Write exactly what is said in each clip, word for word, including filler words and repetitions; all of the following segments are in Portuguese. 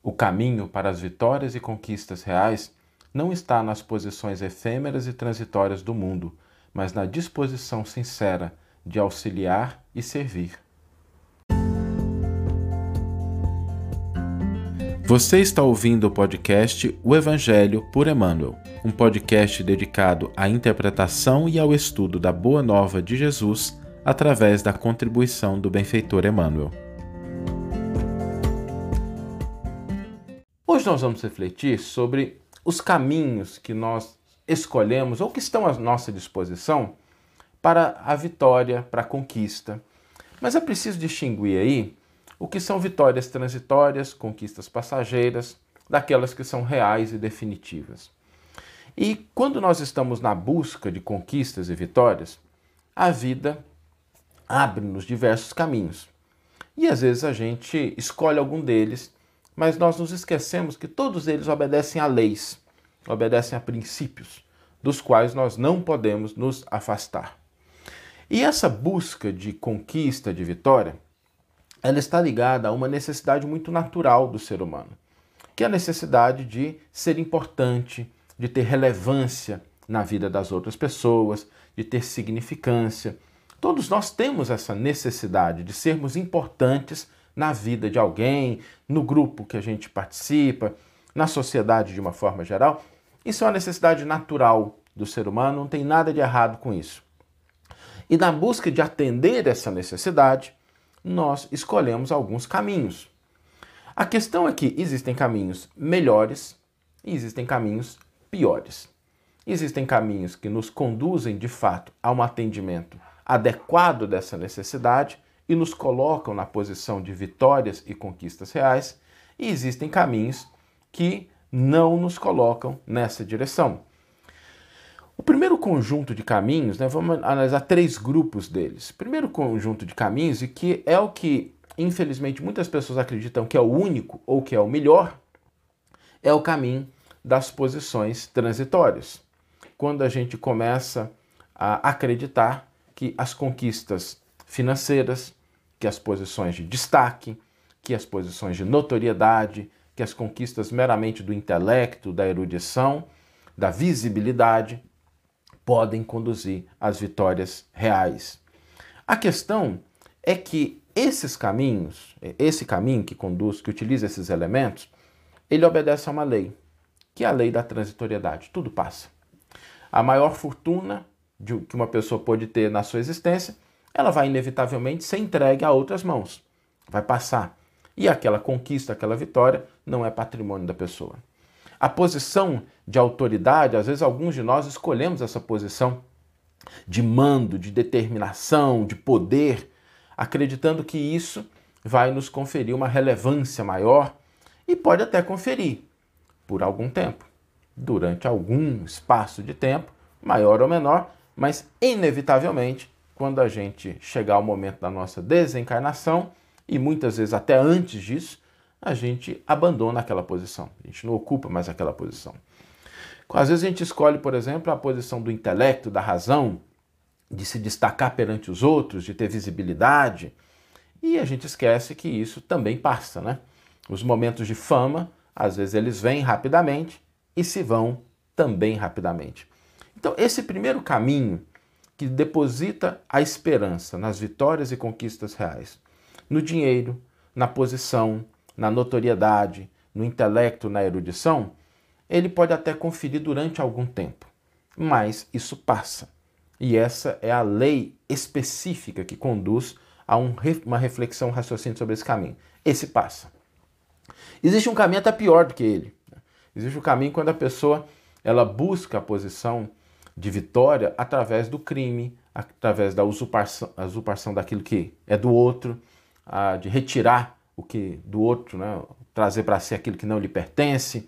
O caminho para as vitórias e conquistas reais não está nas posições efêmeras e transitórias do mundo, mas na disposição sincera de auxiliar e servir. Você está ouvindo o podcast O Evangelho por Emmanuel, um podcast dedicado à interpretação e ao estudo da Boa Nova de Jesus através da contribuição do benfeitor Emmanuel. Hoje nós vamos refletir sobre os caminhos que nós escolhemos ou que estão à nossa disposição para a vitória, para a conquista. Mas é preciso distinguir aí o que são vitórias transitórias, conquistas passageiras, daquelas que são reais e definitivas. E quando nós estamos na busca de conquistas e vitórias, a vida abre-nos diversos caminhos. E às vezes a gente escolhe algum deles, mas nós nos esquecemos que todos eles obedecem a leis, obedecem a princípios, dos quais nós não podemos nos afastar. E essa busca de conquista, de vitória, ela está ligada a uma necessidade muito natural do ser humano, que é a necessidade de ser importante, de ter relevância na vida das outras pessoas, de ter significância. Todos nós temos essa necessidade de sermos importantes na vida de alguém, no grupo que a gente participa, na sociedade de uma forma geral. Isso é uma necessidade natural do ser humano, não tem nada de errado com isso. E na busca de atender essa necessidade, nós escolhemos alguns caminhos. A questão é que existem caminhos melhores e existem caminhos piores. Existem caminhos que nos conduzem, de fato, a um atendimento adequado dessa necessidade e nos colocam na posição de vitórias e conquistas reais, e existem caminhos que não nos colocam nessa direção. O primeiro conjunto de caminhos, né, vamos analisar três grupos deles. O primeiro conjunto de caminhos, e que é o que, infelizmente, muitas pessoas acreditam que é o único ou que é o melhor, é o caminho das posições transitórias. Quando a gente começa a acreditar que as conquistas financeiras, que as posições de destaque, que as posições de notoriedade, que as conquistas meramente do intelecto, da erudição, da visibilidade, podem conduzir às vitórias reais. A questão é que esses caminhos, esse caminho que conduz, que utiliza esses elementos, ele obedece a uma lei, que é a lei da transitoriedade. Tudo passa. A maior fortuna de, que uma pessoa pode ter na sua existência, ela vai inevitavelmente ser entregue a outras mãos. Vai passar. E aquela conquista, aquela vitória, não é patrimônio da pessoa. A posição de autoridade, às vezes alguns de nós escolhemos essa posição de mando, de determinação, de poder, acreditando que isso vai nos conferir uma relevância maior e pode até conferir por algum tempo, durante algum espaço de tempo, maior ou menor, mas inevitavelmente, quando a gente chegar ao momento da nossa desencarnação, e muitas vezes até antes disso, a gente abandona aquela posição, a gente não ocupa mais aquela posição. Às vezes a gente escolhe, por exemplo, a posição do intelecto, da razão, de se destacar perante os outros, de ter visibilidade, e a gente esquece que isso também passa, né? Os momentos de fama, às vezes eles vêm rapidamente e se vão também rapidamente. Então, esse primeiro caminho que deposita a esperança nas vitórias e conquistas reais, no dinheiro, na posição, na notoriedade, no intelecto, na erudição, ele pode até conferir durante algum tempo, mas isso passa. E essa é a lei específica que conduz a um, uma reflexão, um raciocínio sobre esse caminho. Esse passa. Existe um caminho até pior do que ele. Existe um caminho quando a pessoa ela busca a posição de vitória através do crime, através da usurpação, usurpação daquilo que é do outro, a, de retirar o que do outro, né, trazer para si aquilo que não lhe pertence.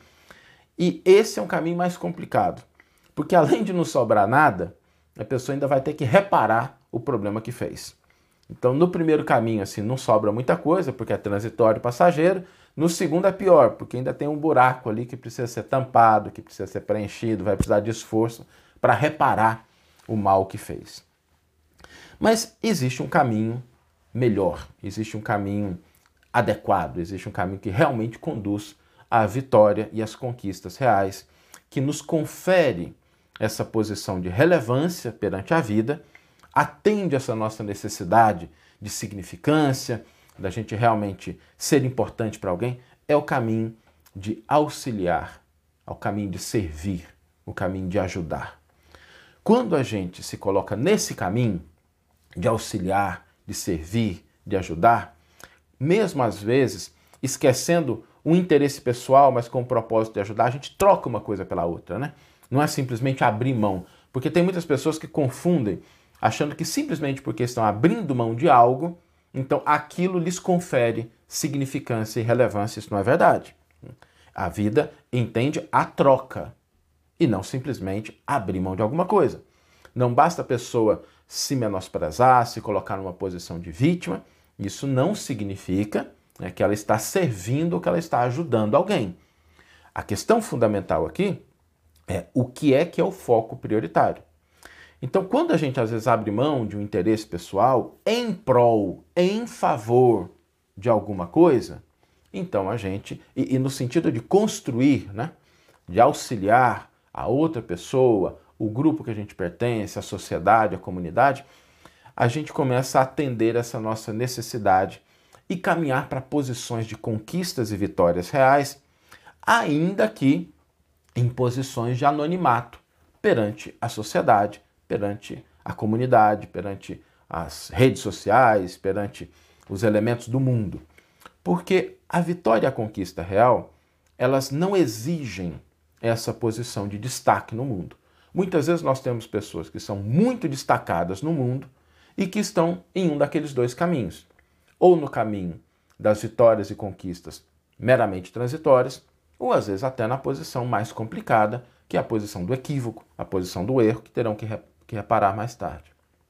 E esse é um caminho mais complicado, porque além de não sobrar nada, a pessoa ainda vai ter que reparar o problema que fez. Então, no primeiro caminho, assim, não sobra muita coisa, porque é transitório e passageiro. No segundo é pior, porque ainda tem um buraco ali que precisa ser tampado, que precisa ser preenchido, vai precisar de esforço para reparar o mal que fez. Mas existe um caminho melhor, existe um caminho adequado, existe um caminho que realmente conduz a vitória e as conquistas reais, que nos confere essa posição de relevância perante a vida, atende essa nossa necessidade de significância, da gente realmente ser importante para alguém, é o caminho de auxiliar, é o caminho de servir, o caminho de ajudar. Quando a gente se coloca nesse caminho de auxiliar, de servir, de ajudar, mesmo às vezes esquecendo um interesse pessoal, mas com o propósito de ajudar, a gente troca uma coisa pela outra, né? Não é simplesmente abrir mão, porque tem muitas pessoas que confundem, achando que simplesmente porque estão abrindo mão de algo, então aquilo lhes confere significância e relevância. Isso não é verdade. A vida entende a troca e não simplesmente abrir mão de alguma coisa. Não basta a pessoa se menosprezar, se colocar numa posição de vítima. Isso não significa, né, que ela está servindo ou que ela está ajudando alguém. A questão fundamental aqui é o que é que é o foco prioritário. Então, quando a gente às vezes abre mão de um interesse pessoal em prol, em favor de alguma coisa, então a gente, e, e no sentido de construir, né, de auxiliar a outra pessoa, o grupo que a gente pertence, a sociedade, a comunidade, a gente começa a atender essa nossa necessidade e caminhar para posições de conquistas e vitórias reais, ainda que em posições de anonimato perante a sociedade, perante a comunidade, perante as redes sociais, perante os elementos do mundo. Porque a vitória e a conquista real, elas não exigem essa posição de destaque no mundo. Muitas vezes nós temos pessoas que são muito destacadas no mundo e que estão em um daqueles dois caminhos. Ou no caminho das vitórias e conquistas meramente transitórias, ou às vezes até na posição mais complicada, que é a posição do equívoco, a posição do erro, que terão que, re que reparar mais tarde.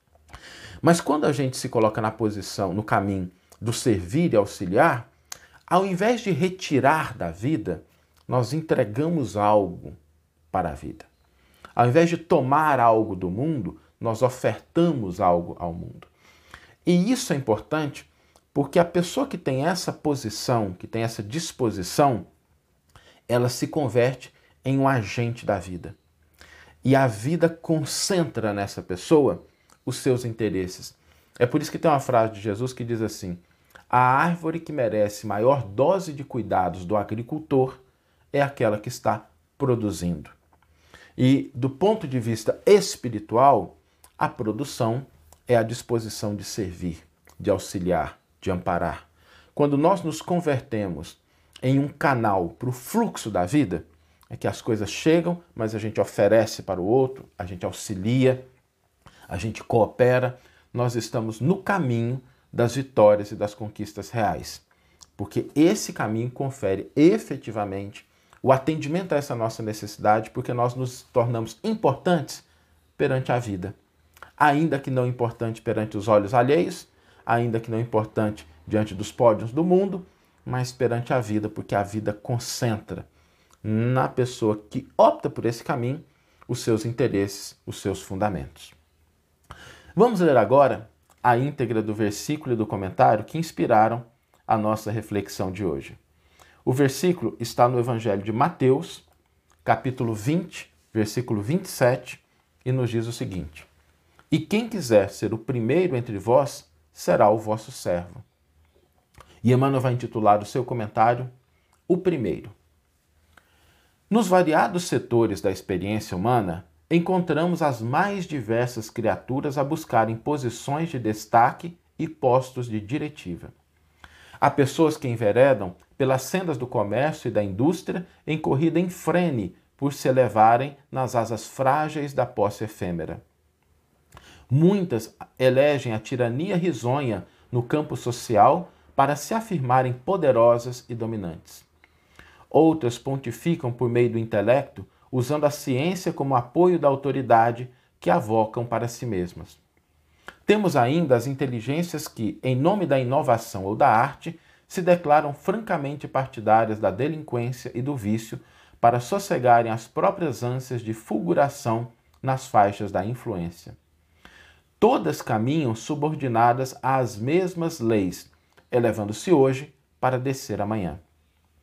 Mas quando a gente se coloca na posição, no caminho do servir e auxiliar, ao invés de retirar da vida, nós entregamos algo para a vida. Ao invés de tomar algo do mundo, nós ofertamos algo ao mundo. E isso é importante porque a pessoa que tem essa posição, que tem essa disposição, ela se converte em um agente da vida. E a vida concentra nessa pessoa os seus interesses. É por isso que tem uma frase de Jesus que diz assim: a árvore que merece maior dose de cuidados do agricultor é aquela que está produzindo. E do ponto de vista espiritual, a produção é a disposição de servir, de auxiliar, de amparar. Quando nós nos convertemos em um canal para o fluxo da vida, é que as coisas chegam, mas a gente oferece para o outro, a gente auxilia, a gente coopera, nós estamos no caminho das vitórias e das conquistas reais. Porque esse caminho confere efetivamente o atendimento a essa nossa necessidade, porque nós nos tornamos importantes perante a vida. Ainda que não importante perante os olhos alheios, ainda que não importante diante dos pódios do mundo, mas perante a vida, porque a vida concentra na pessoa que opta por esse caminho os seus interesses, os seus fundamentos. Vamos ler agora a íntegra do versículo e do comentário que inspiraram a nossa reflexão de hoje. O versículo está no Evangelho de Mateus, capítulo vinte, versículo vinte e sete, e nos diz o seguinte: e quem quiser ser o primeiro entre vós, será o vosso servo. E Emmanuel vai intitular o seu comentário, O Primeiro. Nos variados setores da experiência humana, encontramos as mais diversas criaturas a buscarem posições de destaque e postos de diretiva. Há pessoas que enveredam pelas sendas do comércio e da indústria em corrida em frene por se elevarem nas asas frágeis da posse efêmera. Muitas elegem a tirania risonha no campo social para se afirmarem poderosas e dominantes. Outras pontificam por meio do intelecto, usando a ciência como apoio da autoridade que avocam para si mesmas. Temos ainda as inteligências que, em nome da inovação ou da arte, se declaram francamente partidárias da delinquência e do vício para sossegarem as próprias ânsias de fulguração nas faixas da influência. Todas caminham subordinadas às mesmas leis, elevando-se hoje para descer amanhã.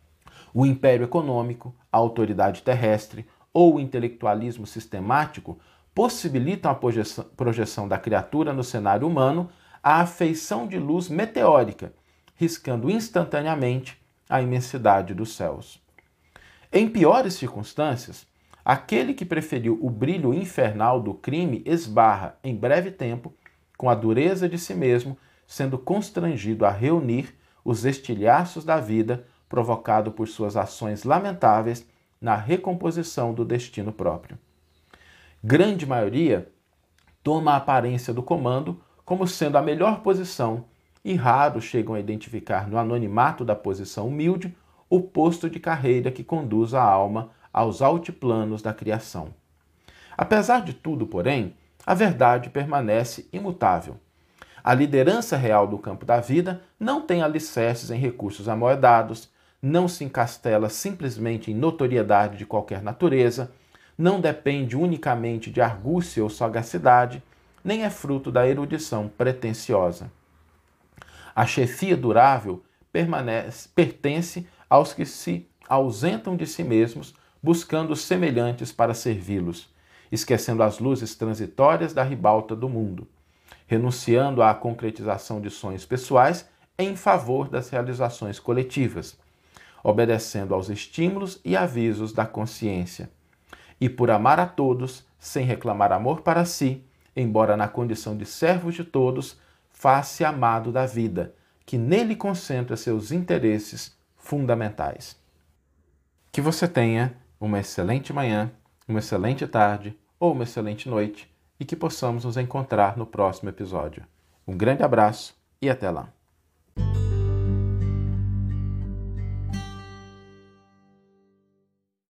O império econômico, a autoridade terrestre ou o intelectualismo sistemático possibilitam a projeção, projeção da criatura no cenário humano à afeição de luz meteórica, riscando instantaneamente a imensidade dos céus. Em piores circunstâncias, aquele que preferiu o brilho infernal do crime esbarra, em breve tempo, com a dureza de si mesmo, sendo constrangido a reunir os estilhaços da vida provocado por suas ações lamentáveis na recomposição do destino próprio. Grande maioria toma a aparência do comando como sendo a melhor posição e raros chegam a identificar no anonimato da posição humilde o posto de carreira que conduz a alma aos altiplanos da criação. Apesar de tudo, porém, a verdade permanece imutável. A liderança real do campo da vida não tem alicerces em recursos amoedados, não se encastela simplesmente em notoriedade de qualquer natureza, não depende unicamente de argúcia ou sagacidade, nem é fruto da erudição pretensiosa. A chefia durável permanece, pertence aos que se ausentam de si mesmos, buscando semelhantes para servi-los, esquecendo as luzes transitórias da ribalta do mundo, renunciando à concretização de sonhos pessoais em favor das realizações coletivas, obedecendo aos estímulos e avisos da consciência. E por amar a todos, sem reclamar amor para si, embora na condição de servos de todos, faz-se amado da vida, que nele concentra seus interesses fundamentais. Que você tenha uma excelente manhã, uma excelente tarde ou uma excelente noite e que possamos nos encontrar no próximo episódio. Um grande abraço e até lá!